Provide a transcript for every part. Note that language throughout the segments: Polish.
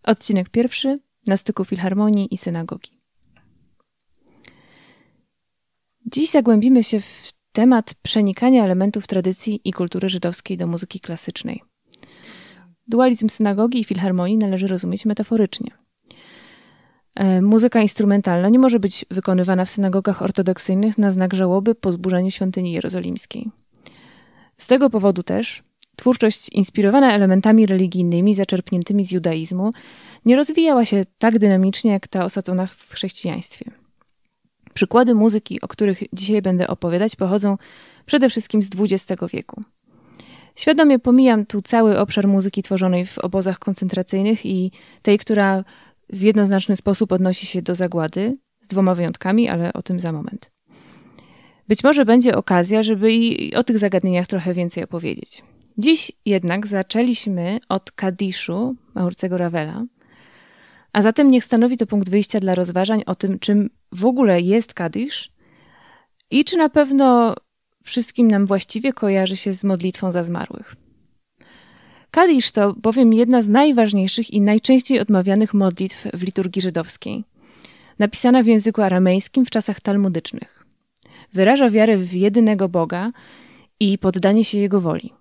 Odcinek 1. Na styku filharmonii i synagogi. Dziś zagłębimy się w temat przenikania elementów tradycji i kultury żydowskiej do muzyki klasycznej. Dualizm synagogi i filharmonii należy rozumieć metaforycznie. Muzyka instrumentalna nie może być wykonywana w synagogach ortodoksyjnych na znak żałoby po zburzeniu świątyni jerozolimskiej. Z tego powodu też twórczość inspirowana elementami religijnymi zaczerpniętymi z judaizmu nie rozwijała się tak dynamicznie jak ta osadzona w chrześcijaństwie. Przykłady muzyki, o których dzisiaj będę opowiadać, pochodzą przede wszystkim z XX wieku. Świadomie pomijam tu cały obszar muzyki tworzonej w obozach koncentracyjnych i tej, która w jednoznaczny sposób odnosi się do zagłady, z 2 wyjątkami, ale o tym za moment. Być może będzie okazja, żeby i o tych zagadnieniach trochę więcej opowiedzieć. Dziś jednak zaczęliśmy od Kadiszu Maurycego Ravela, a zatem niech stanowi to punkt wyjścia dla rozważań o tym, czym w ogóle jest Kadisz i czy na pewno wszystkim nam właściwie kojarzy się z modlitwą za zmarłych. Kadisz to bowiem jedna z najważniejszych i najczęściej odmawianych modlitw w liturgii żydowskiej, napisana w języku aramejskim w czasach talmudycznych. Wyraża wiarę w jedynego Boga i poddanie się Jego woli.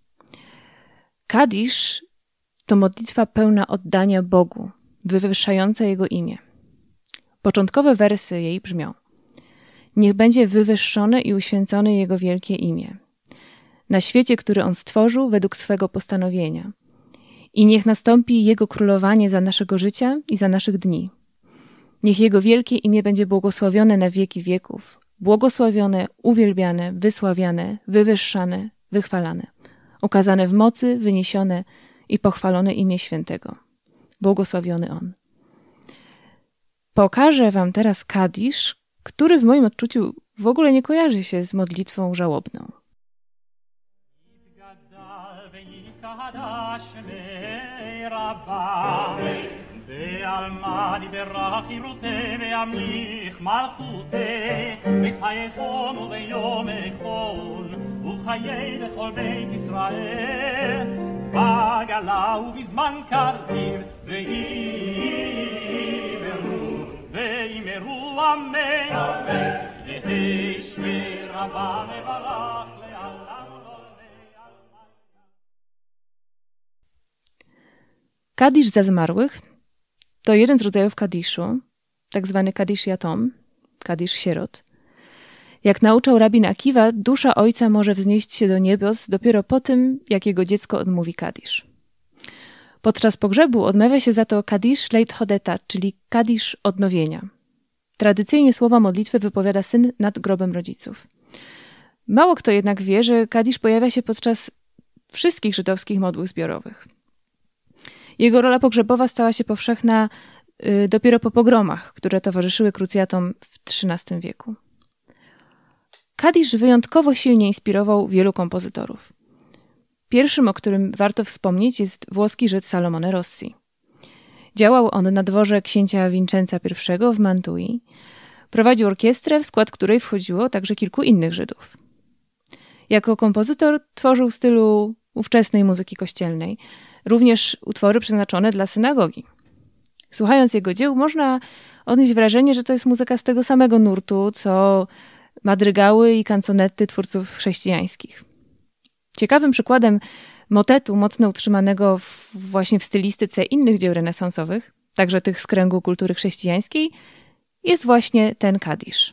Kadisz to modlitwa pełna oddania Bogu, wywyższająca Jego imię. Początkowe wersy jej brzmią: niech będzie wywyższone i uświęcone Jego wielkie imię na świecie, który On stworzył według swego postanowienia, i niech nastąpi Jego królowanie za naszego życia i za naszych dni. Niech Jego wielkie imię będzie błogosławione na wieki wieków, błogosławione, uwielbiane, wysławiane, wywyższane, wychwalane, ukazane w mocy, wyniesione i pochwalone imię świętego. Błogosławiony On. Pokażę wam teraz Kadisz, który w moim odczuciu w ogóle nie kojarzy się z modlitwą żałobną. בעגלה ובזמן קריב ואימרו אמן יהי שמי רבה מברך לעולם Kadisz za zmarłych to jeden z rodzajów kadiszu, tak zwany kadisz jatom, kadisz sierot. Jak nauczał rabin Akiwa, dusza ojca może wznieść się do niebios dopiero po tym, jak jego dziecko odmówi kadisz. Podczas pogrzebu odmawia się za to kadisz leit chodeta, czyli kadisz odnowienia. Tradycyjnie słowa modlitwy wypowiada syn nad grobem rodziców. Mało kto jednak wie, że kadisz pojawia się podczas wszystkich żydowskich modłów zbiorowych. Jego rola pogrzebowa stała się powszechna dopiero po pogromach, które towarzyszyły krucjatom w XIII wieku. Kadisz wyjątkowo silnie inspirował wielu kompozytorów. Pierwszym, o którym warto wspomnieć, jest włoski Żyd Salomone Rossi. Działał on na dworze księcia Vincenza I w Mantui. Prowadził orkiestrę, w skład której wchodziło także kilku innych Żydów. Jako kompozytor tworzył w stylu ówczesnej muzyki kościelnej, również utwory przeznaczone dla synagogi. Słuchając jego dzieł, można odnieść wrażenie, że to jest muzyka z tego samego nurtu, co madrygały i kanconety twórców chrześcijańskich. Ciekawym przykładem motetu mocno utrzymanego właśnie w stylistyce innych dzieł renesansowych, także tych z kręgu kultury chrześcijańskiej, jest właśnie ten Kadisz.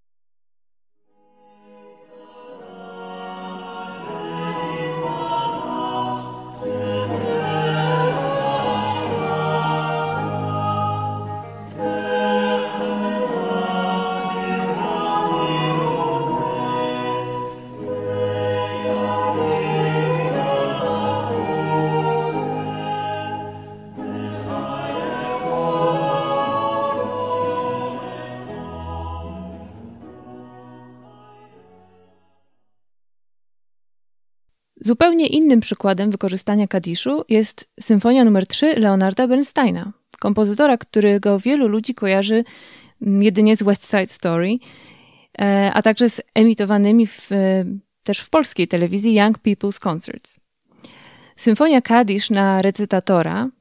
Zupełnie innym przykładem wykorzystania kadiszu jest symfonia nr 3 Leonarda Bernsteina, kompozytora, którego wielu ludzi kojarzy jedynie z West Side Story, a także z emitowanymi też w polskiej telewizji Young People's Concerts. Symfonia Kadisz na recytatora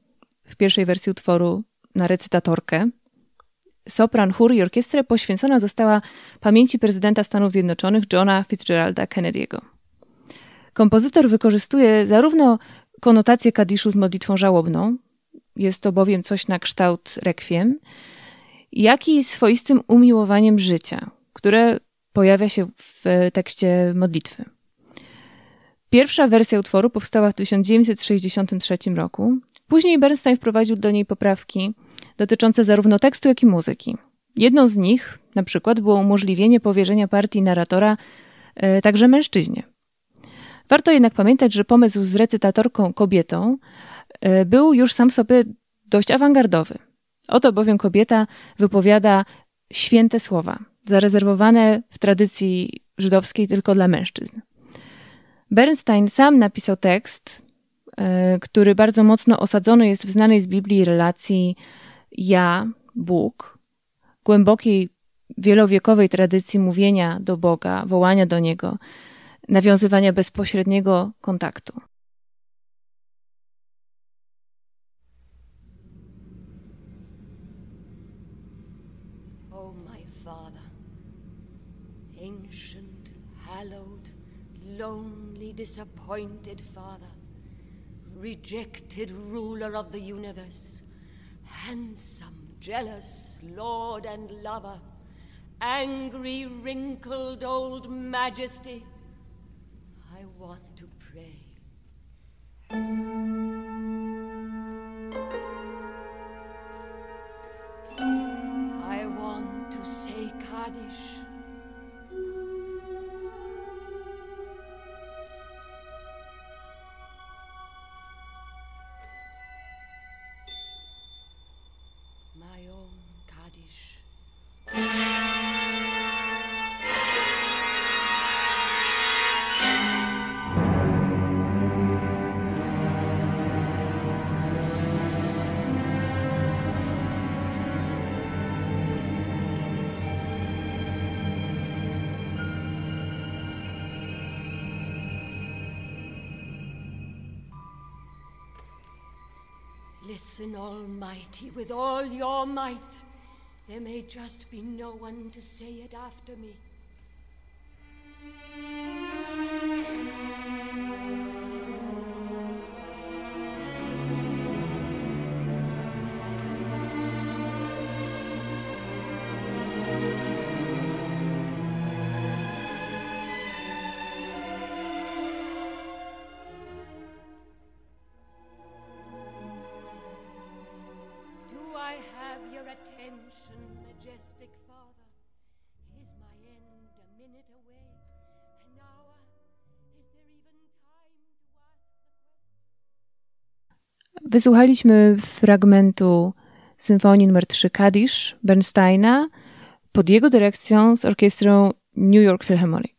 w pierwszej wersji utworu na recytatorkę. Sopran, chór i orkiestrę poświęcona została pamięci prezydenta Stanów Zjednoczonych Johna Fitzgeralda Kennedy'ego. Kompozytor wykorzystuje zarówno konotację kadiszu z modlitwą żałobną, jest to bowiem coś na kształt rekwiem, jak i swoistym umiłowaniem życia, które pojawia się w tekście modlitwy. Pierwsza wersja utworu powstała w 1963 roku. Później Bernstein wprowadził do niej poprawki dotyczące zarówno tekstu, jak i muzyki. Jedną z nich, na przykład, było umożliwienie powierzenia partii narratora także mężczyźnie. Warto jednak pamiętać, że pomysł z recytatorką kobietą był już sam w sobie dość awangardowy. Oto bowiem kobieta wypowiada święte słowa, zarezerwowane w tradycji żydowskiej tylko dla mężczyzn. Bernstein sam napisał tekst, który bardzo mocno osadzony jest w znanej z Biblii relacji ja, Bóg, głębokiej, wielowiekowej tradycji mówienia do Boga, wołania do Niego, nawiązywania bezpośredniego kontaktu. O my Father, ancient, hallowed, lonely, disappointed Father, rejected ruler of the universe, handsome, jealous Lord and lover, angry, wrinkled old majesty, I want to pray. I want to say Kaddish. My own Kaddish. Listen, Almighty, with all your might. There may just be no one to say it after me. I have your attention, majestic Father? Is my end a minute away? An hour? Is there even time to ask the question? Wysłuchaliśmy fragmentu symfonii nr 3 Kaddish Bernsteina pod jego dyrekcją z orkiestrą New York Philharmonic.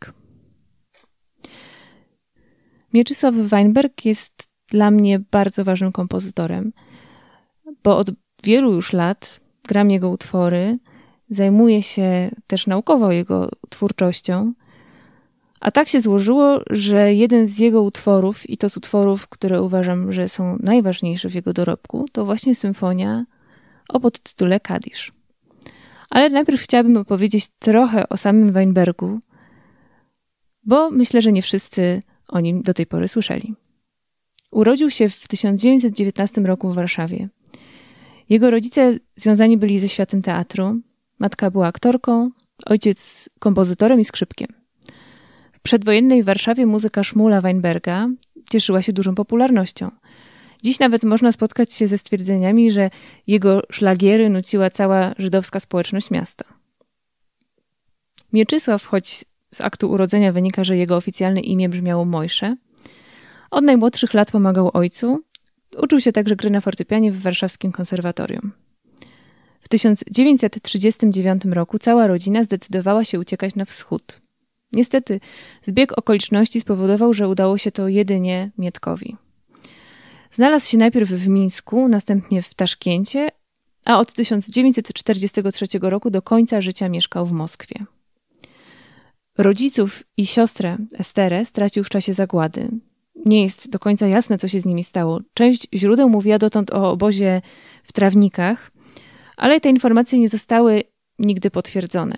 Mieczysław Weinberg jest dla mnie bardzo ważnym kompozytorem, bo od wielu już lat gram jego utwory, zajmuję się też naukowo jego twórczością, a tak się złożyło, że jeden z jego utworów, i to z utworów, które uważam, że są najważniejsze w jego dorobku, to właśnie symfonia o podtytule Kaddish. Ale najpierw chciałabym opowiedzieć trochę o samym Weinbergu, bo myślę, że nie wszyscy o nim do tej pory słyszeli. Urodził się w 1919 roku w Warszawie. Jego rodzice związani byli ze światem teatru. Matka była aktorką, ojciec kompozytorem i skrzypkiem. W przedwojennej Warszawie muzyka Szmula Weinberga cieszyła się dużą popularnością. Dziś nawet można spotkać się ze stwierdzeniami, że jego szlagiery nuciła cała żydowska społeczność miasta. Mieczysław, choć z aktu urodzenia wynika, że jego oficjalne imię brzmiało Mojsze, od najmłodszych lat pomagał ojcu. Uczył się także gry na fortepianie w warszawskim konserwatorium. W 1939 roku cała rodzina zdecydowała się uciekać na wschód. Niestety zbieg okoliczności spowodował, że udało się to jedynie Mietkowi. Znalazł się najpierw w Mińsku, następnie w Taszkencie, a od 1943 roku do końca życia mieszkał w Moskwie. Rodziców i siostrę Esterę stracił w czasie zagłady. nie jest do końca jasne, co się z nimi stało. Część źródeł mówiła dotąd o obozie w Trawnikach, ale te informacje nie zostały nigdy potwierdzone.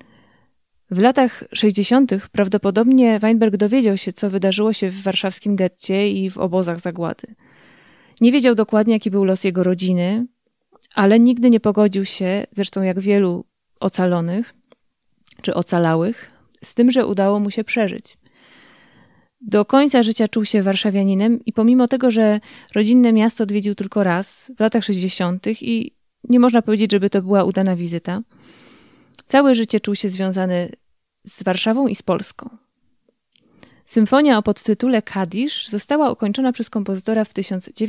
W latach 60. prawdopodobnie Weinberg dowiedział się, co wydarzyło się w warszawskim getcie i w obozach zagłady. Nie wiedział dokładnie, jaki był los jego rodziny, ale nigdy nie pogodził się, zresztą jak wielu ocalonych czy ocalałych, z tym, że udało mu się przeżyć. Do końca życia czuł się warszawianinem i pomimo tego, że rodzinne miasto odwiedził tylko raz w latach 60. i nie można powiedzieć, żeby to była udana wizyta, całe życie czuł się związany z Warszawą i z Polską. Symfonia o podtytule Kadisz została ukończona przez kompozytora w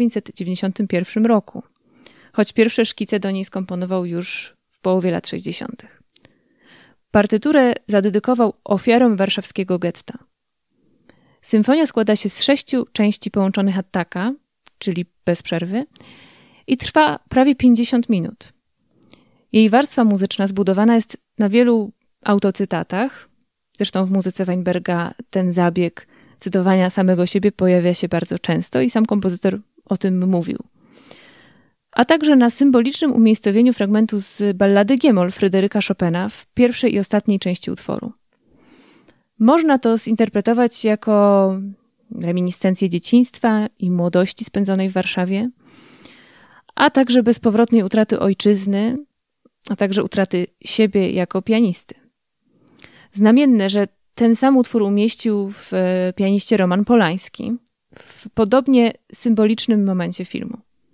1991 roku, choć pierwsze szkice do niej skomponował już w połowie lat 60. Partyturę zadedykował ofiarom warszawskiego getta. Symfonia składa się z 6 części połączonych attacca, czyli bez przerwy, i trwa prawie 50 minut. Jej warstwa muzyczna zbudowana jest na wielu autocytatach. Zresztą w muzyce Weinberga ten zabieg cytowania samego siebie pojawia się bardzo często i sam kompozytor o tym mówił. A także na symbolicznym umiejscowieniu fragmentu z ballady G-moll Fryderyka Chopina w pierwszej i ostatniej części utworu. Można to zinterpretować jako reminiscencję dzieciństwa i młodości spędzonej w Warszawie, a także bezpowrotnej utraty ojczyzny, a także utraty siebie jako pianisty. Znamienne, że ten sam utwór umieścił w pianiście Roman Polański w podobnie symbolicznym momencie filmu.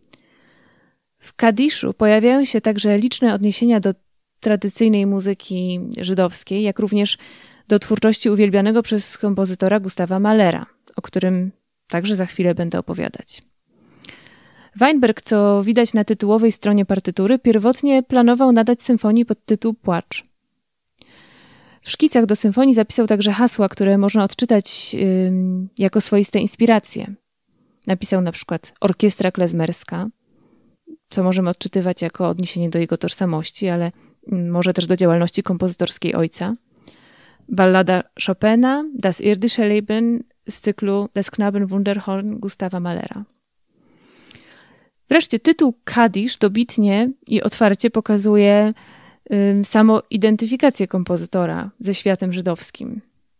W Kadiszu pojawiają się także liczne odniesienia do tradycyjnej muzyki żydowskiej, jak również do twórczości uwielbianego przez kompozytora Gustawa Mahlera, o którym także za chwilę będę opowiadać. Weinberg, co widać na tytułowej stronie partytury, pierwotnie planował nadać symfonii podtytuł Płacz. W szkicach do symfonii zapisał także hasła, które można odczytać jako swoiste inspiracje. Napisał na przykład orkiestra klezmerska, co możemy odczytywać jako odniesienie do jego tożsamości, ale może też do działalności kompozytorskiej ojca. Ballada Chopina, Das irdische Leben z cyklu Des Knaben Wunderhorn Gustawa Mahlera. Wreszcie tytuł Kadisz dobitnie i otwarcie pokazuje samo identyfikację kompozytora ze światem żydowskim.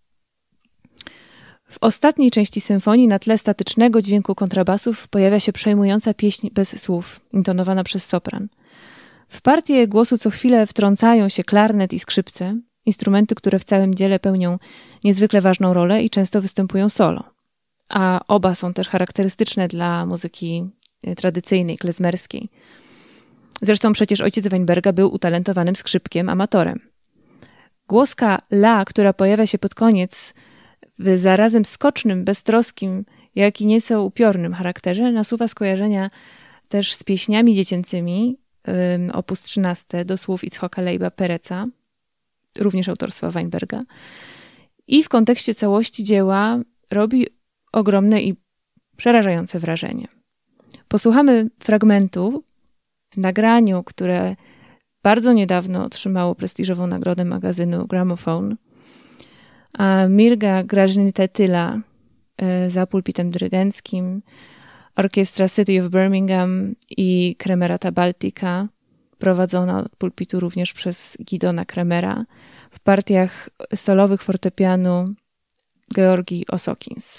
W ostatniej części symfonii na tle statycznego dźwięku kontrabasów pojawia się przejmująca pieśń bez słów, intonowana przez sopran. W partię głosu co chwilę wtrącają się klarnet i skrzypce, instrumenty, które w całym dziele pełnią niezwykle ważną rolę i często występują solo. A oba są też charakterystyczne dla muzyki tradycyjnej, klezmerskiej. Zresztą przecież ojciec Weinberga był utalentowanym skrzypkiem, amatorem. Głoska la, która pojawia się pod koniec w zarazem skocznym, beztroskim, jak i nieco upiornym charakterze, nasuwa skojarzenia też z pieśniami dziecięcymi, opus 13 do słów Itzhoka Leiba Pereca, również autorstwa Weinberga. I w kontekście całości dzieła robi ogromne i przerażające wrażenie. Posłuchamy fragmentu w nagraniu, które bardzo niedawno otrzymało prestiżową nagrodę magazynu Gramophone. A Mirga Grażyny-Tetyla za pulpitem dyrygenckim, orkiestra City of Birmingham i Kremerata Baltica, prowadzona od pulpitu również przez Gidona Kremera, w partiach solowych fortepianu Georgi Osokins.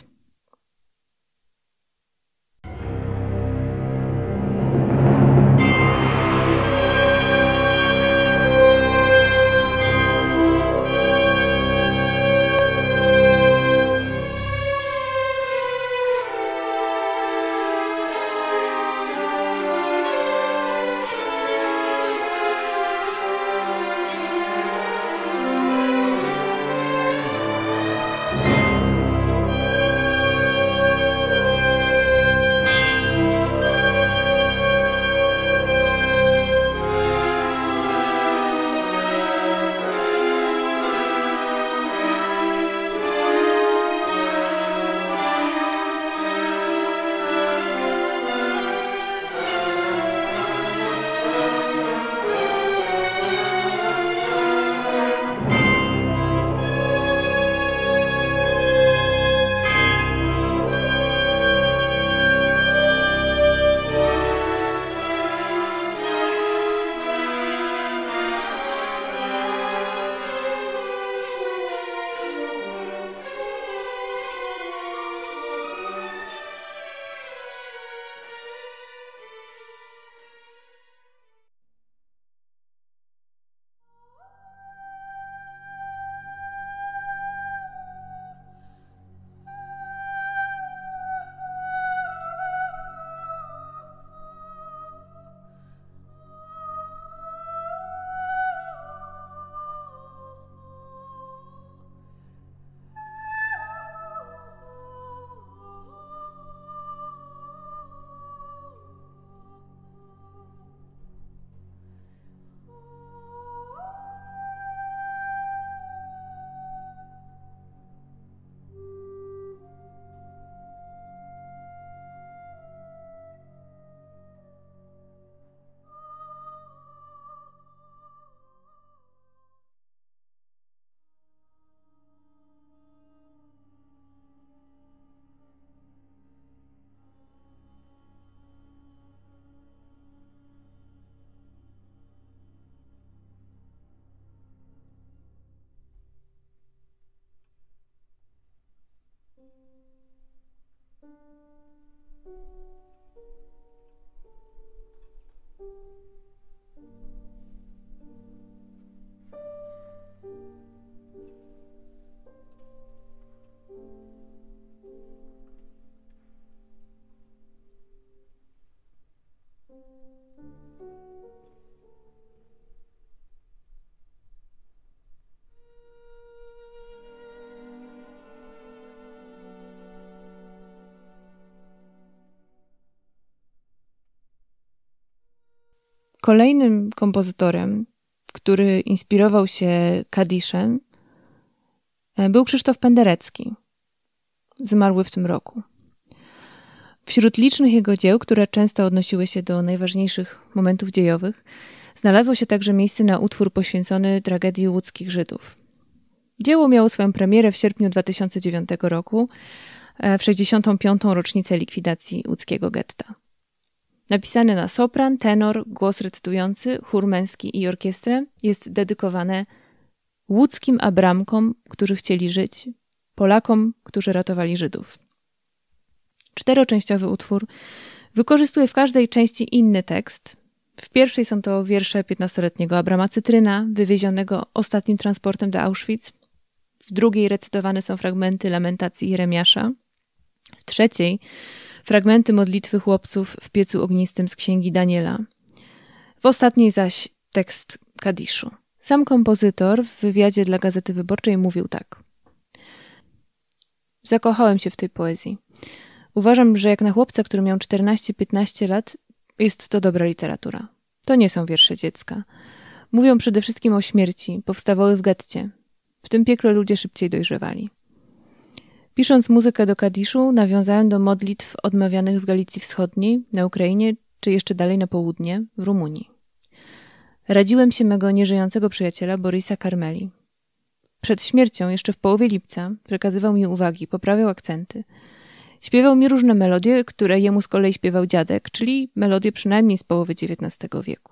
Kolejnym kompozytorem, który inspirował się Kadiszem, był Krzysztof Penderecki, zmarły w tym roku. Wśród licznych jego dzieł, które często odnosiły się do najważniejszych momentów dziejowych, znalazło się także miejsce na utwór poświęcony tragedii łódzkich Żydów. Dzieło miało swoją premierę w sierpniu 2009 roku, w 65. rocznicę likwidacji łódzkiego getta. Napisane na sopran, tenor, głos recytujący, chór męski i orkiestrę, jest dedykowane łódzkim Abramkom, którzy chcieli żyć, Polakom, którzy ratowali Żydów. 4-częściowy utwór wykorzystuje w każdej części inny tekst. W pierwszej są to wiersze 15-letniego Abrama Cytryna, wywiezionego ostatnim transportem do Auschwitz. W drugiej recytowane są fragmenty lamentacji Jeremiasza. W trzeciej fragmenty modlitwy chłopców w piecu ognistym z księgi Daniela. W ostatniej zaś tekst Kadiszu. Sam kompozytor w wywiadzie dla Gazety Wyborczej mówił tak. Zakochałem się w tej poezji. Uważam, że jak na chłopca, który miał 14-15 lat, jest to dobra literatura. To nie są wiersze dziecka. Mówią przede wszystkim o śmierci, powstawały w getcie. W tym piekle ludzie szybciej dojrzewali. Pisząc muzykę do Kadiszu, nawiązałem do modlitw odmawianych w Galicji Wschodniej, na Ukrainie, czy jeszcze dalej na południe, w Rumunii. Radziłem się mego nieżyjącego przyjaciela Borisa Karmeli. Przed śmiercią, jeszcze w połowie lipca, przekazywał mi uwagi, poprawiał akcenty. Śpiewał mi różne melodie, które jemu z kolei śpiewał dziadek, czyli melodie przynajmniej z połowy XIX wieku.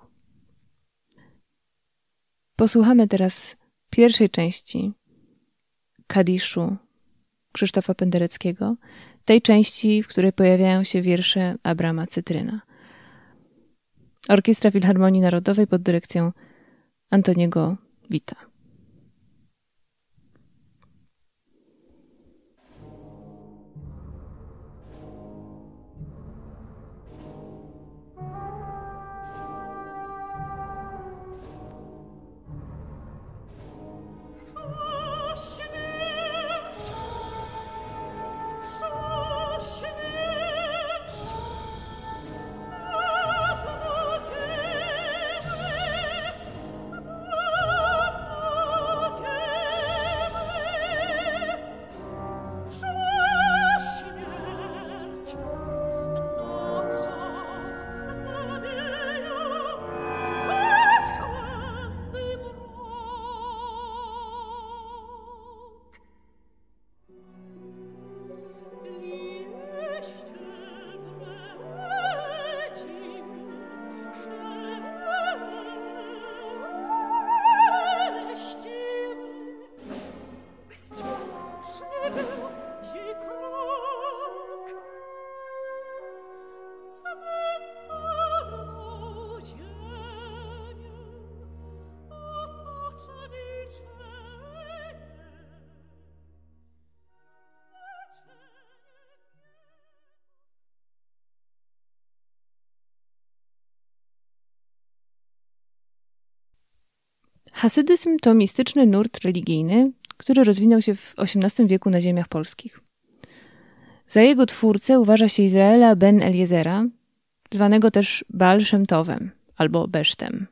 Posłuchamy teraz pierwszej części Kadiszu Krzysztofa Pendereckiego, tej części, w której pojawiają się wiersze Abrama Cytryna. Orkiestra Filharmonii Narodowej pod dyrekcją Antoniego Wita. Hasydyzm to mistyczny nurt religijny, który rozwinął się w XVIII wieku na ziemiach polskich. Za jego twórcę uważa się Izraela ben Eliezera, zwanego też Baal Shem Tovem albo Besztem.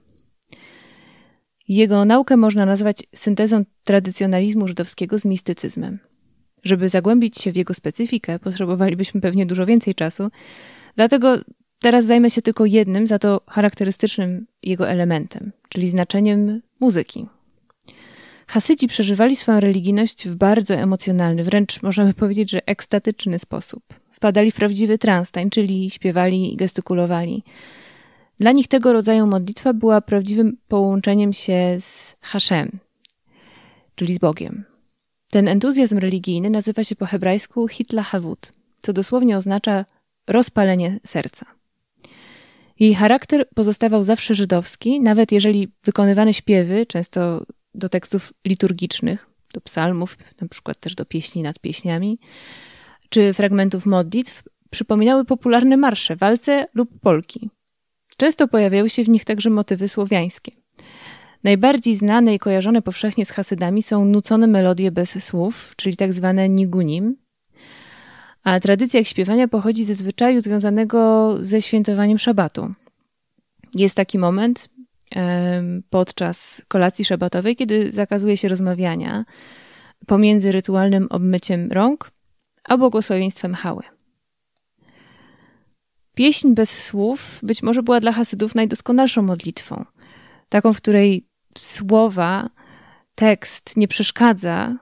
Jego naukę można nazwać syntezą tradycjonalizmu żydowskiego z mistycyzmem. Żeby zagłębić się w jego specyfikę, potrzebowalibyśmy pewnie dużo więcej czasu, dlatego teraz zajmę się tylko jednym, za to charakterystycznym jego elementem, czyli znaczeniem muzyki. Hasydzi przeżywali swoją religijność w bardzo emocjonalny, wręcz możemy powiedzieć, że ekstatyczny sposób. Wpadali w prawdziwy trans, tańczyli, śpiewali i gestykulowali. Dla nich tego rodzaju modlitwa była prawdziwym połączeniem się z Haszem, czyli z Bogiem. Ten entuzjazm religijny nazywa się po hebrajsku hitlahavut, co dosłownie oznacza rozpalenie serca. Jej charakter pozostawał zawsze żydowski, nawet jeżeli wykonywane śpiewy, często do tekstów liturgicznych, do psalmów, na przykład też do pieśni nad pieśniami, czy fragmentów modlitw, przypominały popularne marsze, walce lub polki. Często pojawiały się w nich także motywy słowiańskie. Najbardziej znane i kojarzone powszechnie z Hasydami są nucone melodie bez słów, czyli tak zwane nigunim, a tradycja ich śpiewania pochodzi ze zwyczaju związanego ze świętowaniem szabatu. Jest taki moment podczas kolacji szabatowej, kiedy zakazuje się rozmawiania pomiędzy rytualnym obmyciem rąk a błogosławieństwem chały. Pieśń bez słów być może była dla Hasydów najdoskonalszą modlitwą. Taką, w której słowa, tekst nie przeszkadza,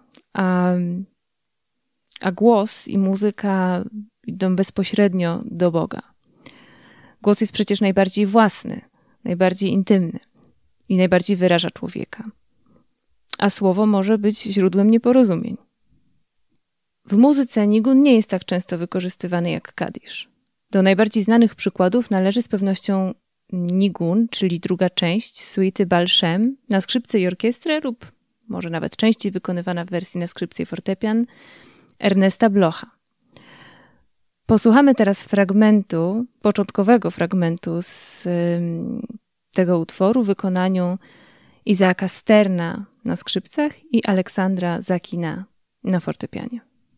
a głos i muzyka idą bezpośrednio do Boga. Głos jest przecież najbardziej własny, najbardziej intymny i najbardziej wyraża człowieka. A słowo może być źródłem nieporozumień. W muzyce nigun nie jest tak często wykorzystywany jak kadisz. Do najbardziej znanych przykładów należy z pewnością nigun, czyli druga część suity Baal Shem na skrzypce i orkiestrę lub może nawet częściej wykonywana w wersji na skrzypce i fortepian Ernesta Blocha. Posłuchamy teraz początkowego fragmentu z tego utworu w wykonaniu Izaaka Sterna na skrzypcach i Aleksandra Zakina na fortepianie.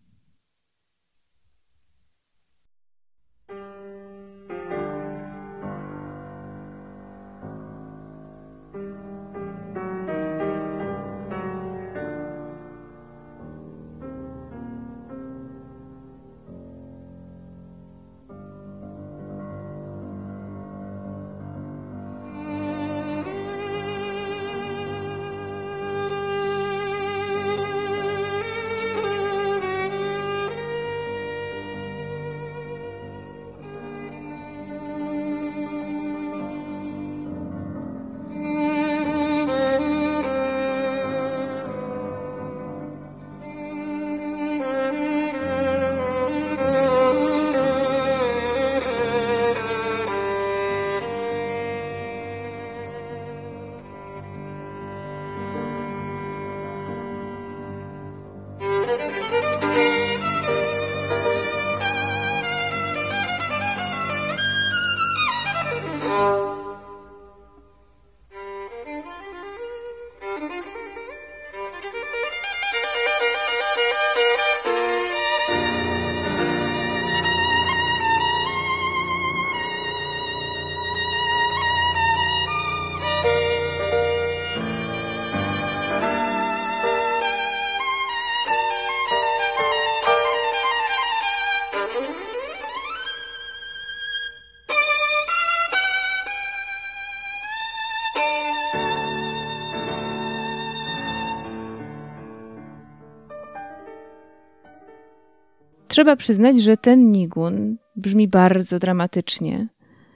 Trzeba przyznać, że ten nigun brzmi bardzo dramatycznie,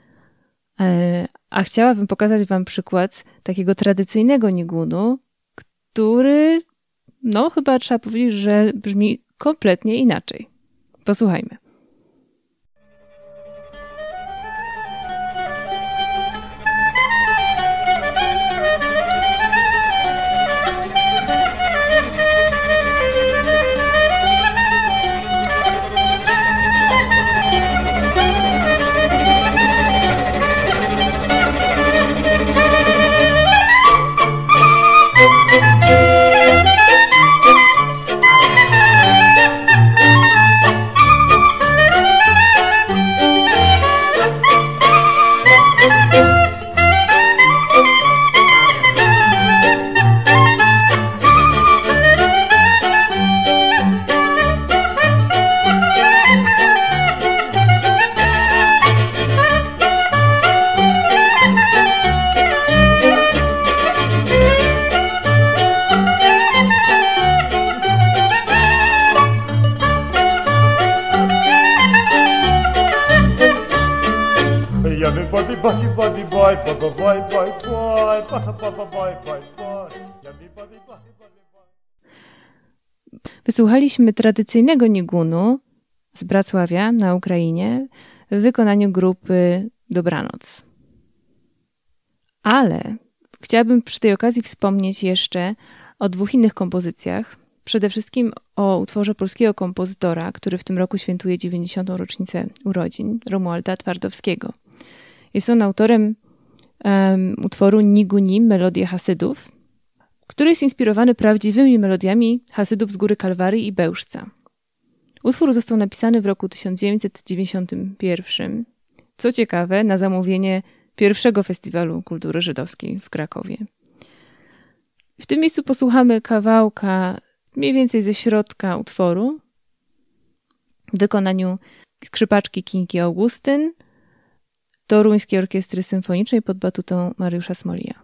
a chciałabym pokazać wam przykład takiego tradycyjnego nigunu, który, chyba trzeba powiedzieć, że brzmi kompletnie inaczej. Posłuchajmy. Wysłuchaliśmy tradycyjnego nigunu z Bracławia na Ukrainie w wykonaniu grupy Dobranoc. Ale chciałabym przy tej okazji wspomnieć jeszcze o dwóch innych kompozycjach. Przede wszystkim o utworze polskiego kompozytora, który w tym roku świętuje 90. rocznicę urodzin, Romualda Twardowskiego. Jest on autorem utworu Nigunim, Melodie Hasydów, który jest inspirowany prawdziwymi melodiami Hasydów z Góry Kalwarii i Bełżca. Utwór został napisany w roku 1991. Co ciekawe, na zamówienie pierwszego Festiwalu Kultury Żydowskiej w Krakowie. W tym miejscu posłuchamy kawałka mniej więcej ze środka utworu w wykonaniu skrzypaczki Kinki Augustyn, Toruńskiej Orkiestry Symfonicznej pod batutą Mariusza Smolija.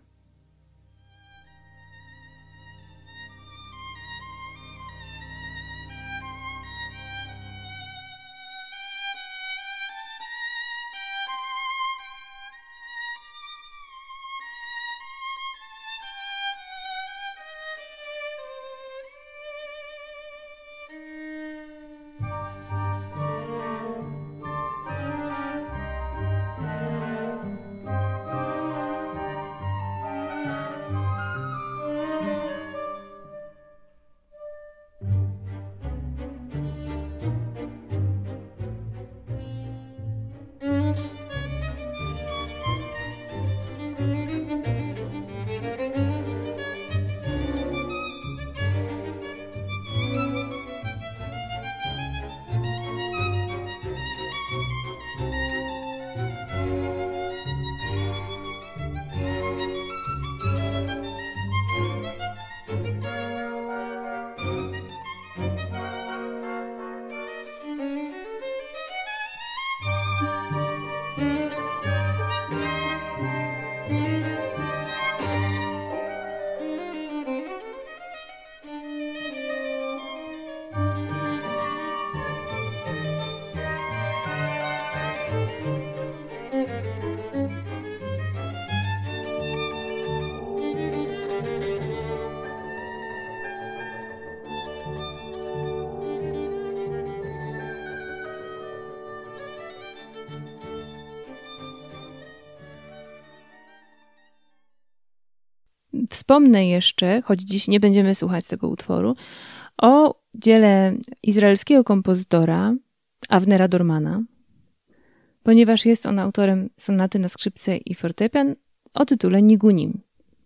Wspomnę jeszcze, choć dziś nie będziemy słuchać tego utworu, o dziele izraelskiego kompozytora Avnera Dormana, ponieważ jest on autorem sonaty na skrzypce i fortepian o tytule Nigunim.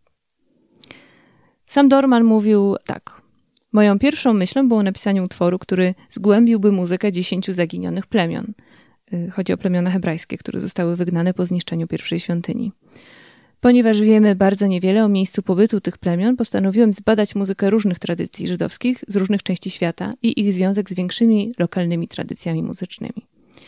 Sam Dorman mówił tak: moją pierwszą myślą było napisanie utworu, który zgłębiłby muzykę 10 zaginionych plemion. Chodzi o plemiona hebrajskie, które zostały wygnane po zniszczeniu pierwszej świątyni. Ponieważ wiemy bardzo niewiele o miejscu pobytu tych plemion, postanowiłem zbadać muzykę różnych tradycji żydowskich z różnych części świata i ich związek z większymi lokalnymi tradycjami muzycznymi.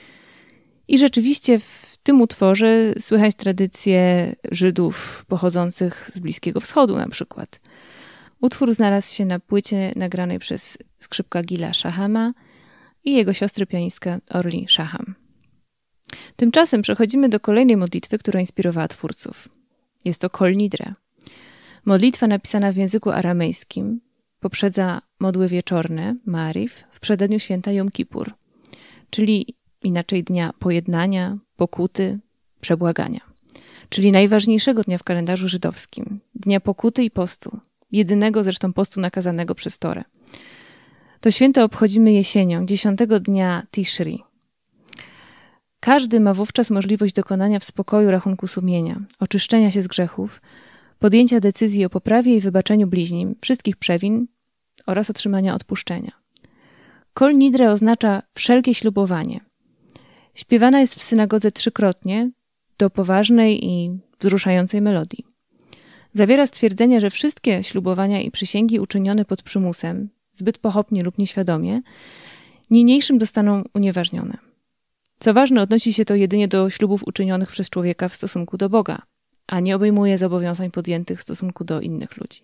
I rzeczywiście w tym utworze słychać tradycje Żydów pochodzących z Bliskiego Wschodu na przykład. Utwór znalazł się na płycie nagranej przez skrzypka Gila Shahama i jego siostrę pianistka Orli Shaham. Tymczasem przechodzimy do kolejnej modlitwy, która inspirowała twórców. Jest to Kol Nidre. Modlitwa napisana w języku aramejskim poprzedza modły wieczorne, Maariv, w przededniu święta Jom Kippur, czyli inaczej dnia pojednania, pokuty, przebłagania, czyli najważniejszego dnia w kalendarzu żydowskim, dnia pokuty i postu, jedynego zresztą postu nakazanego przez Torę. To święto obchodzimy jesienią, 10 dnia Tishri. Każdy ma wówczas możliwość dokonania w spokoju rachunku sumienia, oczyszczenia się z grzechów, podjęcia decyzji o poprawie i wybaczeniu bliźnim wszystkich przewin oraz otrzymania odpuszczenia. Kol Nidre oznacza wszelkie ślubowanie. Śpiewana jest w synagodze trzykrotnie do poważnej i wzruszającej melodii. Zawiera stwierdzenia, że wszystkie ślubowania i przysięgi uczynione pod przymusem, zbyt pochopnie lub nieświadomie, niniejszym zostaną unieważnione. Co ważne, odnosi się to jedynie do ślubów uczynionych przez człowieka w stosunku do Boga, a nie obejmuje zobowiązań podjętych w stosunku do innych ludzi.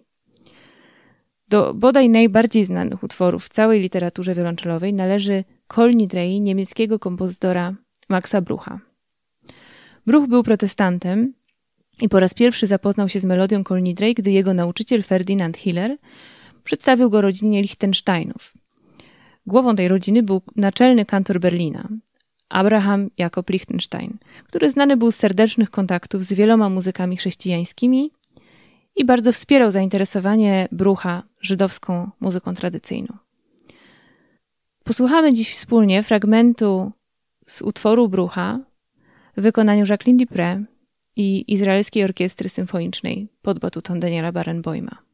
Do bodaj najbardziej znanych utworów w całej literaturze wiolonczelowej należy Kol Nidrei niemieckiego kompozytora Maxa Brucha. Bruch był protestantem i po raz pierwszy zapoznał się z melodią Kol Nidrei, gdy jego nauczyciel Ferdinand Hiller przedstawił go rodzinie Lichtensteinów. Głową tej rodziny był naczelny kantor Berlina, Abraham Jakob Lichtenstein, który znany był z serdecznych kontaktów z wieloma muzykami chrześcijańskimi i bardzo wspierał zainteresowanie Brucha żydowską muzyką tradycyjną. Posłuchamy dziś wspólnie fragmentu z utworu Brucha w wykonaniu Jacqueline Dupré i Izraelskiej Orkiestry Symfonicznej pod batutą Daniela Barenboima.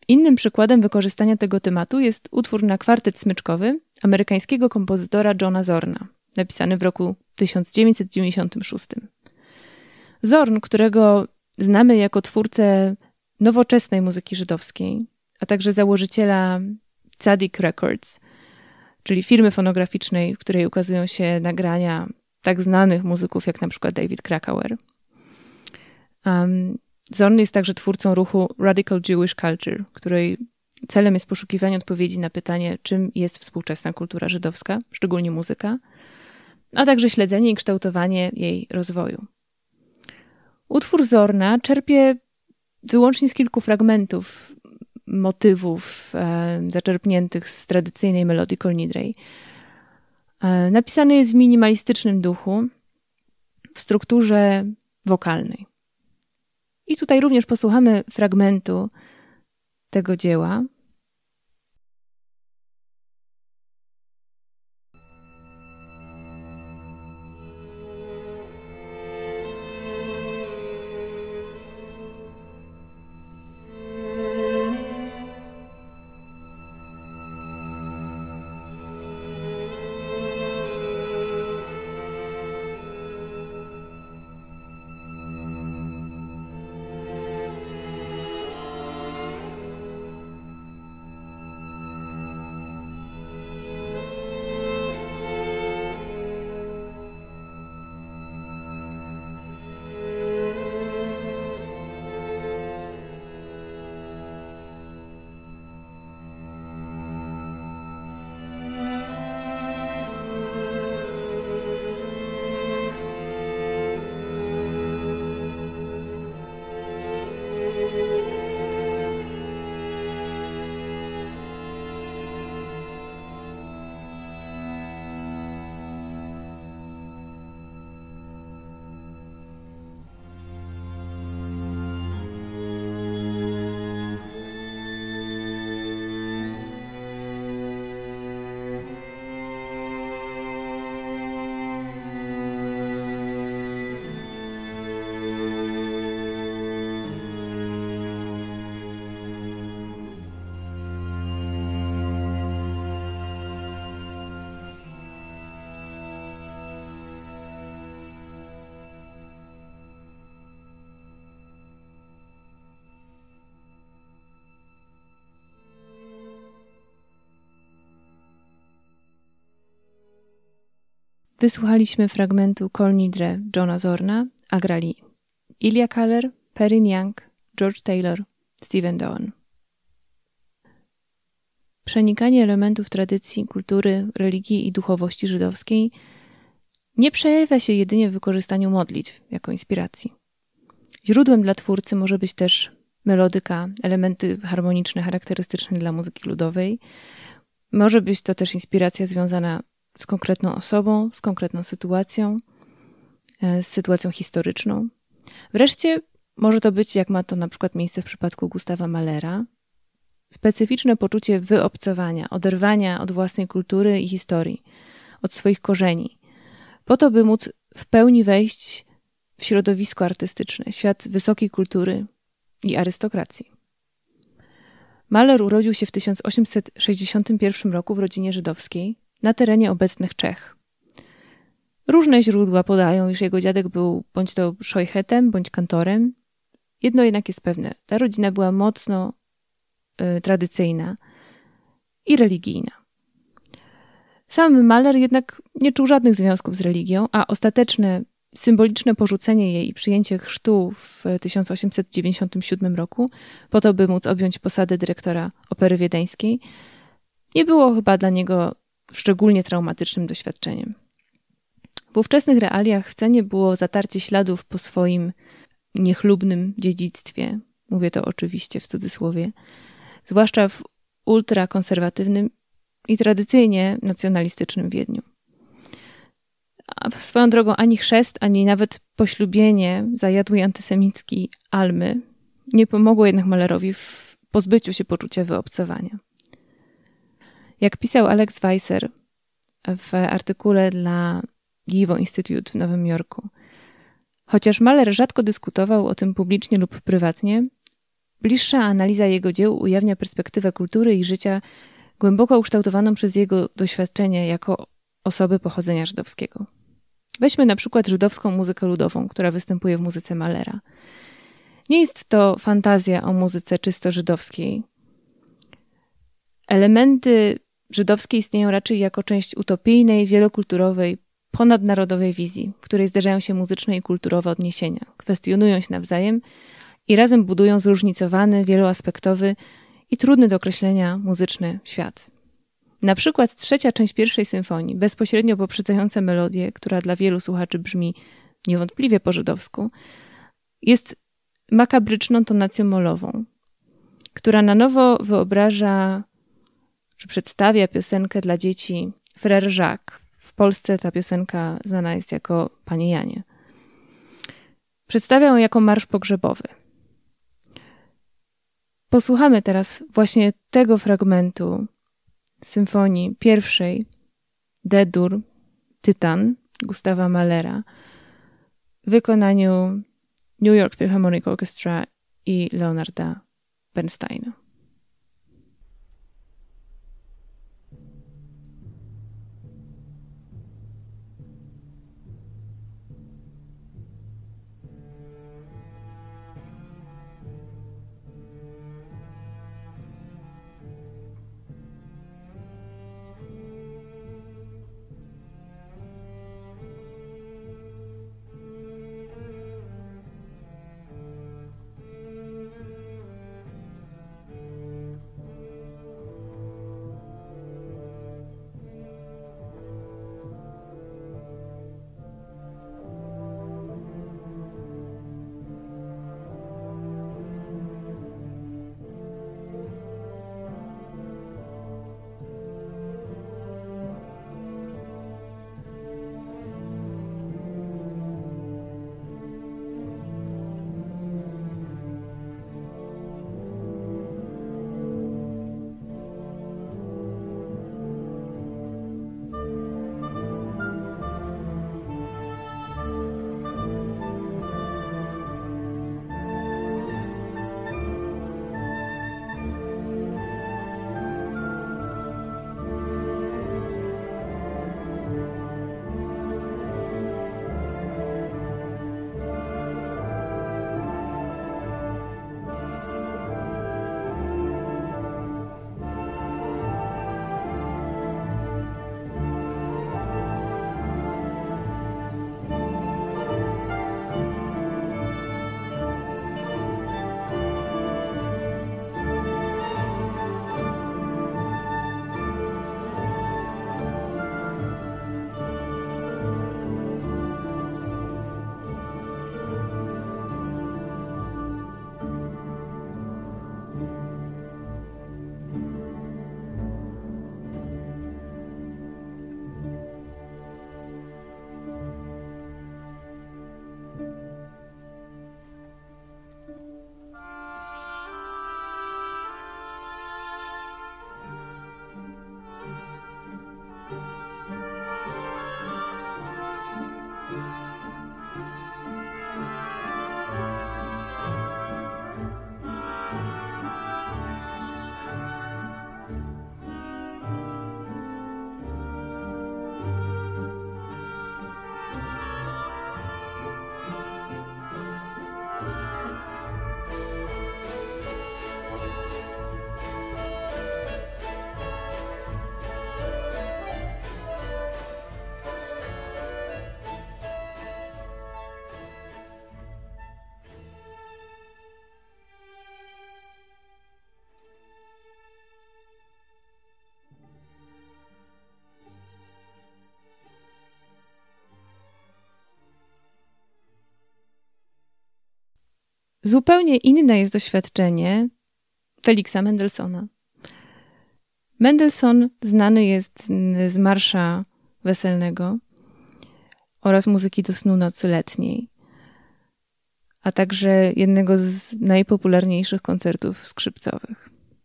Innym przykładem wykorzystania tego tematu jest utwór na kwartet smyczkowy amerykańskiego kompozytora Johna Zorna, napisany w roku 1996. Zorn, którego znamy jako twórcę nowoczesnej muzyki żydowskiej, a także założyciela Tzadik Records, czyli firmy fonograficznej, w której ukazują się nagrania tak znanych muzyków jak na przykład David Krakauer. Zorn jest także twórcą ruchu Radical Jewish Culture, której celem jest poszukiwanie odpowiedzi na pytanie, czym jest współczesna kultura żydowska, szczególnie muzyka, a także śledzenie i kształtowanie jej rozwoju. Utwór Zorna czerpie wyłącznie z kilku fragmentów, motywów zaczerpniętych z tradycyjnej melodii Kol Nidrei. Napisany jest w minimalistycznym duchu, w strukturze wokalnej. I tutaj również posłuchamy fragmentu tego dzieła. Wysłuchaliśmy fragmentu Kol Nidre Johna Zorna, a grali Ilya Kaller, Perrin Young, George Taylor, Stephen Doan. Przenikanie elementów tradycji, kultury, religii i duchowości żydowskiej nie przejawia się jedynie w wykorzystaniu modlitw jako inspiracji. Źródłem dla twórcy może być też melodyka, elementy harmoniczne charakterystyczne dla muzyki ludowej. Może być to też inspiracja związana z konkretną osobą, z konkretną sytuacją, z sytuacją historyczną. Wreszcie może to być, jak ma to na przykład miejsce w przypadku Gustawa Mahlera, specyficzne poczucie wyobcowania, oderwania od własnej kultury i historii, od swoich korzeni, po to, by móc w pełni wejść w środowisko artystyczne, świat wysokiej kultury i arystokracji. Mahler urodził się w 1861 roku w rodzinie żydowskiej na terenie obecnych Czech. Różne źródła podają, iż jego dziadek był bądź to szojchetem, bądź kantorem. Jedno jednak jest pewne, ta rodzina była mocno tradycyjna i religijna. Sam Mahler jednak nie czuł żadnych związków z religią, a ostateczne, symboliczne porzucenie jej i przyjęcie chrztu w 1897 roku, po to, by móc objąć posadę dyrektora Opery Wiedeńskiej, nie było chyba dla niego szczególnie traumatycznym doświadczeniem. W ówczesnych realiach w cenie było zatarcie śladów po swoim niechlubnym dziedzictwie, mówię to oczywiście w cudzysłowie, zwłaszcza w ultrakonserwatywnym i tradycyjnie nacjonalistycznym Wiedniu. A swoją drogą ani chrzest, ani nawet poślubienie zajadłej antysemickiej Almy nie pomogło jednak Mahlerowi w pozbyciu się poczucia wyobcowania. Jak pisał Alex Weisser w artykule dla YIVO Institute w Nowym Jorku, chociaż Mahler rzadko dyskutował o tym publicznie lub prywatnie, Bliższa analiza jego dzieł ujawnia perspektywę kultury i życia głęboko ukształtowaną przez jego doświadczenie jako osoby pochodzenia żydowskiego. Weźmy na przykład żydowską muzykę ludową, która występuje w muzyce Mahlera. Nie jest to fantazja o muzyce czysto żydowskiej. Elementy żydowskie istnieją raczej jako część utopijnej, wielokulturowej, ponadnarodowej wizji, w której zdarzają się muzyczne i kulturowe odniesienia, kwestionują się nawzajem i razem budują zróżnicowany, wieloaspektowy i trudny do określenia muzyczny świat. Na przykład trzecia część pierwszej symfonii, bezpośrednio poprzedzająca melodię, która dla wielu słuchaczy brzmi niewątpliwie po żydowsku, jest makabryczną tonacją molową, która na nowo wyobraża czy przedstawia piosenkę dla dzieci Frère Jacques. W Polsce ta piosenka znana jest jako Panie Janie. Przedstawia ją jako marsz pogrzebowy. Posłuchamy teraz właśnie tego fragmentu symfonii pierwszej D-dur Tytan Gustawa Mahlera w wykonaniu New York Philharmonic Orchestra i Leonarda Bernsteina. Zupełnie inne jest doświadczenie Feliksa Mendelssohna. Mendelssohn znany jest z marsza weselnego oraz muzyki do snu nocy letniej, a także jednego z najpopularniejszych koncertów skrzypcowych.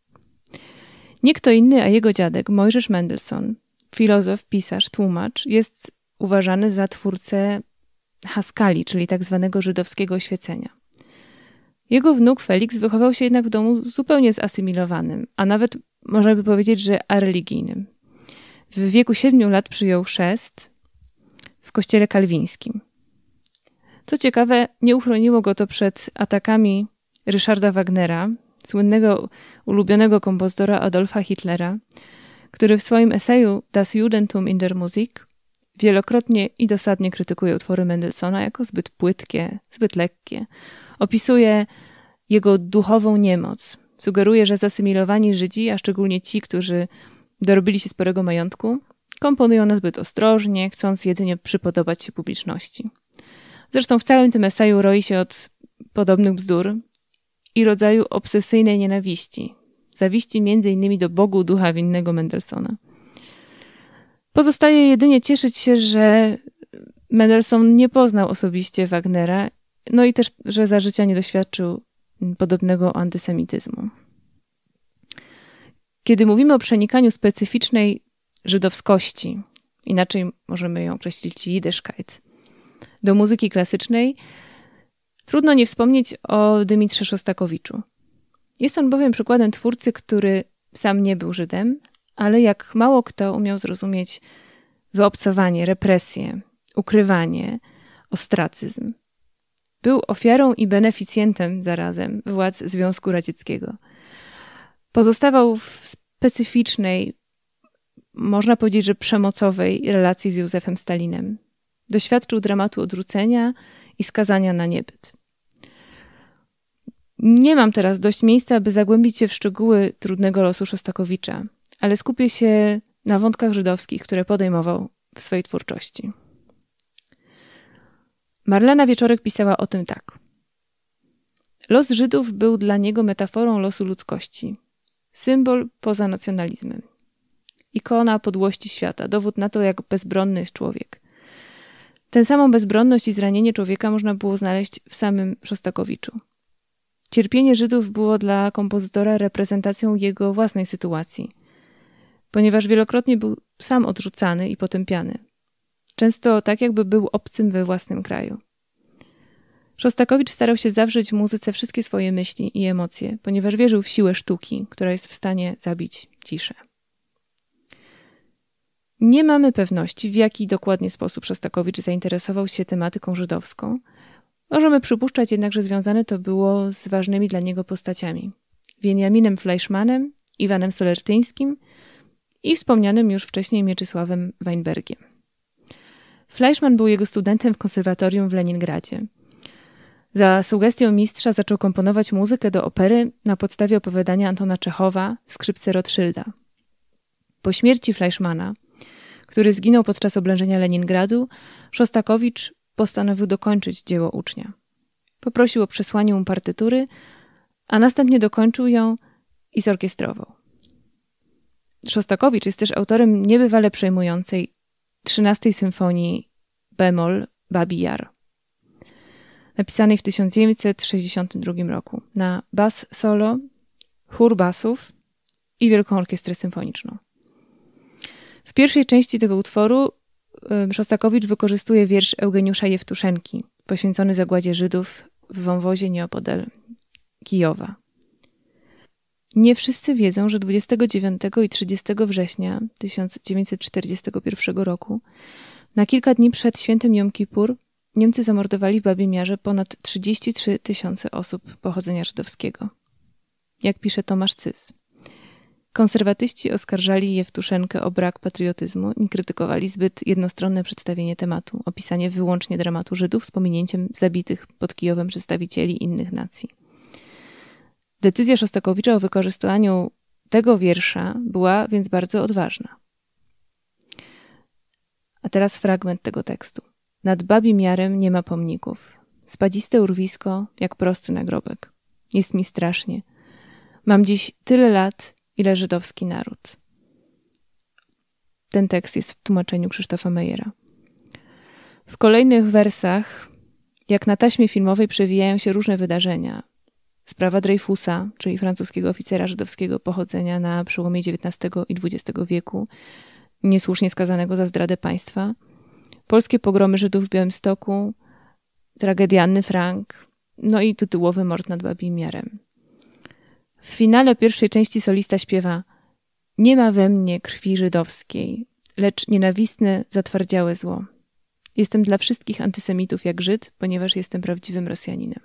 Nie kto inny, a jego dziadek Mojżesz Mendelssohn, filozof, pisarz, tłumacz, jest uważany za twórcę Haskali, czyli tak zwanego żydowskiego oświecenia. Jego wnuk Felix wychował się jednak w domu zupełnie zasymilowanym, a nawet można by powiedzieć, że areligijnym. W wieku 7 lat przyjął chrzest w kościele kalwińskim. Co ciekawe, nie uchroniło go to przed atakami Ryszarda Wagnera, słynnego ulubionego kompozytora Adolfa Hitlera, który w swoim eseju Das Judentum in der Musik wielokrotnie i dosadnie krytykuje utwory Mendelssohna jako zbyt płytkie, zbyt lekkie. Opisuje jego duchową niemoc. Sugeruje, że zasymilowani Żydzi, a szczególnie ci, którzy dorobili się sporego majątku, komponują nazbyt ostrożnie, chcąc jedynie przypodobać się publiczności. Zresztą w całym tym eseju roi się od podobnych bzdur i rodzaju obsesyjnej nienawiści. Zawiści m.in. do Bogu ducha winnego Mendelssohna. Pozostaje jedynie cieszyć się, że Mendelssohn nie poznał osobiście Wagnera, no i też, że za życia nie doświadczył podobnego antysemityzmu. Kiedy mówimy o przenikaniu specyficznej żydowskości, inaczej możemy ją określić Jiddischkeit, do muzyki klasycznej, trudno nie wspomnieć o Dymitrze Szostakowiczu. Jest on bowiem przykładem twórcy, który sam nie był Żydem, ale jak mało kto umiał zrozumieć wyobcowanie, represję, ukrywanie, ostracyzm. Był ofiarą i beneficjentem zarazem władz Związku Radzieckiego. Pozostawał w specyficznej, można powiedzieć, że przemocowej relacji z Józefem Stalinem. Doświadczył dramatu odrzucenia i skazania na niebyt. Nie mam teraz dość miejsca, aby zagłębić się w szczegóły trudnego losu Szostakowicza, ale skupię się na wątkach żydowskich, które podejmował w swojej twórczości. Marlena Wieczorek pisała o tym tak. Los Żydów był dla niego metaforą losu ludzkości. Symbol poza nacjonalizmem. Ikona podłości świata, dowód na to, jak bezbronny jest człowiek. Tę samą bezbronność i zranienie człowieka można było znaleźć w samym Szostakowiczu. Cierpienie Żydów było dla kompozytora reprezentacją jego własnej sytuacji, ponieważ wielokrotnie był sam odrzucany i potępiany. Często tak, jakby był obcym we własnym kraju. Szostakowicz starał się zawrzeć w muzyce wszystkie swoje myśli i emocje, ponieważ wierzył w siłę sztuki, która jest w stanie zabić ciszę. Nie mamy pewności, w jaki dokładnie sposób Szostakowicz zainteresował się tematyką żydowską. Możemy przypuszczać jednak, że związane to było z ważnymi dla niego postaciami. Weniaminem Fleischmanem, Iwanem Solertyńskim i wspomnianym już wcześniej Mieczysławem Weinbergiem. Fleischman był jego studentem w konserwatorium w Leningradzie. Za sugestią mistrza zaczął komponować muzykę do opery na podstawie opowiadania Antona Czechowa Skrzypce Rothschilda. Po śmierci Fleischmana, który zginął podczas oblężenia Leningradu, Szostakowicz postanowił dokończyć dzieło ucznia. Poprosił o przesłanie mu partytury, a następnie dokończył ją i zorkiestrował. Szostakowicz jest też autorem niebywale przejmującej 13 symfonii bemol Babi Jar, napisanej w 1962 roku na bas solo, chór basów i wielką orkiestrę symfoniczną. W pierwszej części tego utworu Szostakowicz wykorzystuje wiersz Eugeniusza Jewtuszenki, poświęcony zagładzie Żydów w wąwozie nieopodal Kijowa. Nie wszyscy wiedzą, że 29 i 30 września 1941 roku, na kilka dni przed świętem Jom Kippur, Niemcy zamordowali w Babim Jarze ponad 33 000 osób pochodzenia żydowskiego. Jak pisze Tomasz Cys. Konserwatyści oskarżali Jewtuszenkę o brak patriotyzmu i krytykowali zbyt jednostronne przedstawienie tematu, opisanie wyłącznie dramatu Żydów z pominięciem zabitych pod Kijowem przedstawicieli innych nacji. Decyzja Szostakowicza o wykorzystaniu tego wiersza była więc bardzo odważna. A teraz fragment tego tekstu. Nad Babim Jarem nie ma pomników. Spadziste urwisko, jak prosty nagrobek. Jest mi strasznie. Mam dziś tyle lat, ile żydowski naród. Ten tekst jest w tłumaczeniu Krzysztofa Mejera. W kolejnych wersach, jak na taśmie filmowej, przewijają się różne wydarzenia. Sprawa Dreyfusa, czyli francuskiego oficera żydowskiego pochodzenia na przełomie XIX i XX wieku, niesłusznie skazanego za zdradę państwa, polskie pogromy Żydów w Białymstoku, tragedia Anny Frank, no i tytułowy Mord nad Babim Jarem. W finale pierwszej części solista śpiewa: nie ma we mnie krwi żydowskiej, lecz nienawistne, zatwardziałe zło. Jestem dla wszystkich antysemitów jak Żyd, ponieważ jestem prawdziwym Rosjaninem.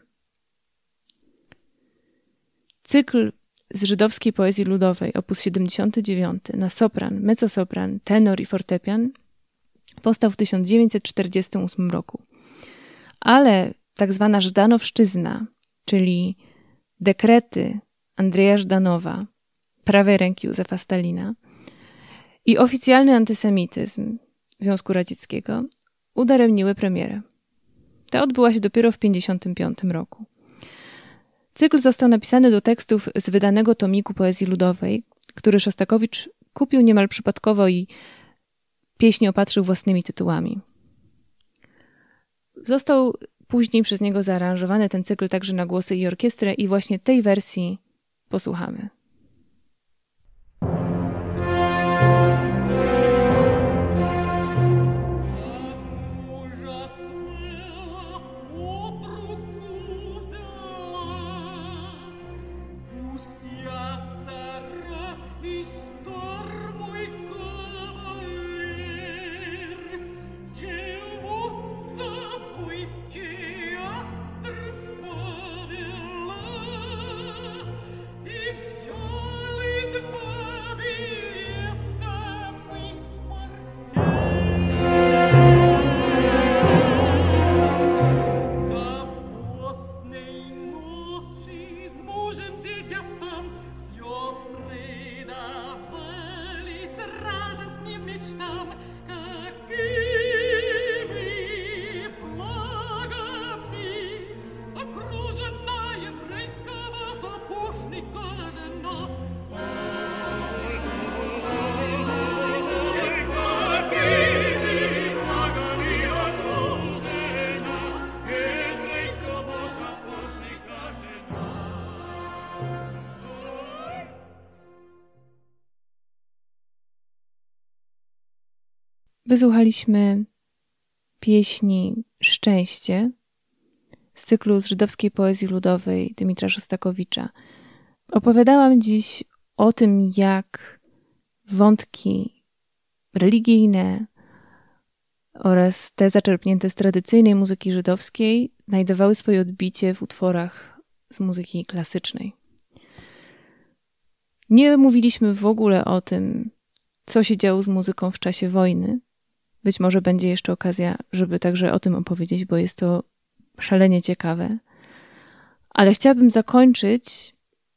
Cykl z żydowskiej poezji ludowej, op. 79, na sopran, mezzosopran, tenor i fortepian powstał w 1948 roku. Ale tak zwana żdanowszczyzna, czyli dekrety Andrzeja Żdanowa, prawej ręki Józefa Stalina, i oficjalny antysemityzm Związku Radzieckiego udaremniły premierę. Ta odbyła się dopiero w 1955 roku. Cykl został napisany do tekstów z wydanego tomiku poezji ludowej, który Szostakowicz kupił niemal przypadkowo i pieśń opatrzył własnymi tytułami. Został później przez niego zaaranżowany ten cykl także na głosy i orkiestrę i właśnie tej wersji posłuchamy. Wysłuchaliśmy pieśni Szczęście z cyklu z żydowskiej poezji ludowej Dymitra Szostakowicza. Opowiadałam dziś o tym, jak wątki religijne oraz te zaczerpnięte z tradycyjnej muzyki żydowskiej znajdowały swoje odbicie w utworach z muzyki klasycznej. Nie mówiliśmy w ogóle o tym, co się działo z muzyką w czasie wojny. Być może będzie jeszcze okazja, żeby także o tym opowiedzieć, bo jest to szalenie ciekawe. Ale chciałabym zakończyć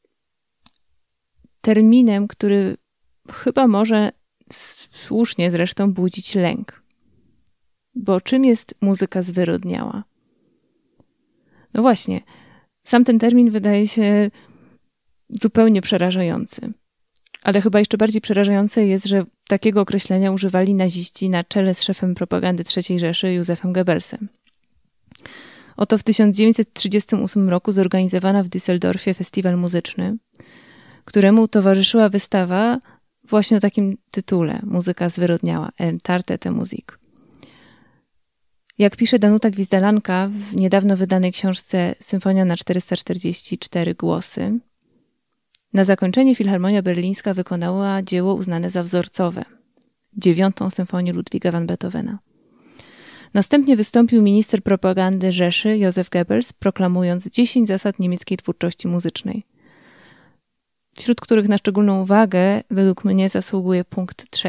terminem, który chyba może słusznie zresztą budzić lęk. Bo czym jest muzyka zwyrodniała? No właśnie, sam ten termin wydaje się zupełnie przerażający. Ale chyba jeszcze bardziej przerażające jest, że takiego określenia używali naziści na czele z szefem propagandy III Rzeszy Józefem Goebbelsem. Oto w 1938 roku zorganizowano w Düsseldorfie festiwal muzyczny, któremu towarzyszyła wystawa właśnie o takim tytule: Muzyka zwyrodniała, Entartete Musik. Jak pisze Danuta Gwizdalanka w niedawno wydanej książce Symfonia na 444 głosy, na zakończenie Filharmonia Berlińska wykonała dzieło uznane za wzorcowe, 9. symfonię Ludwiga van Beethovena. Następnie wystąpił minister propagandy Rzeszy Józef Goebbels, proklamując 10 zasad niemieckiej twórczości muzycznej, wśród których na szczególną uwagę według mnie zasługuje punkt 3.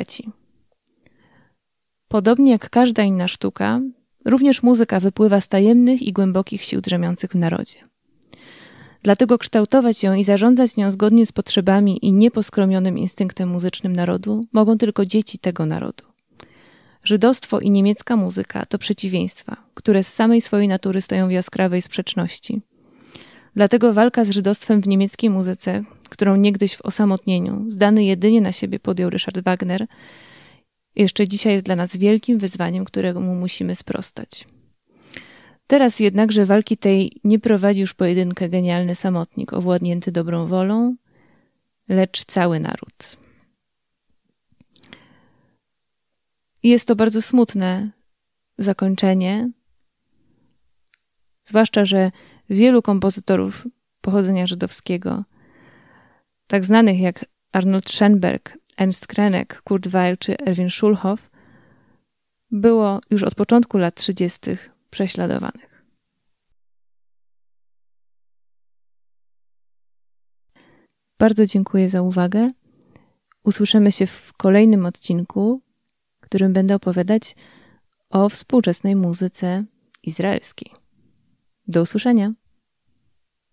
Podobnie jak każda inna sztuka, również muzyka wypływa z tajemnych i głębokich sił drzemiących w narodzie. Dlatego kształtować ją i zarządzać nią zgodnie z potrzebami i nieposkromionym instynktem muzycznym narodu mogą tylko dzieci tego narodu. Żydostwo i niemiecka muzyka to przeciwieństwa, które z samej swojej natury stoją w jaskrawej sprzeczności. Dlatego walka z żydostwem w niemieckiej muzyce, którą niegdyś w osamotnieniu, zdany jedynie na siebie, podjął Richard Wagner, jeszcze dzisiaj jest dla nas wielkim wyzwaniem, któremu musimy sprostać. Teraz jednakże walki tej nie prowadzi już pojedynkę genialny samotnik owładnięty dobrą wolą, lecz cały naród. Jest to bardzo smutne zakończenie, zwłaszcza, że wielu kompozytorów pochodzenia żydowskiego, tak znanych jak Arnold Schoenberg, Ernst Krenek, Kurt Weill czy Erwin Schulhoff, było już od początku lat 30. prześladowanych. Bardzo dziękuję za uwagę. Usłyszymy się w kolejnym odcinku, w którym będę opowiadać o współczesnej muzyce izraelskiej. Do usłyszenia.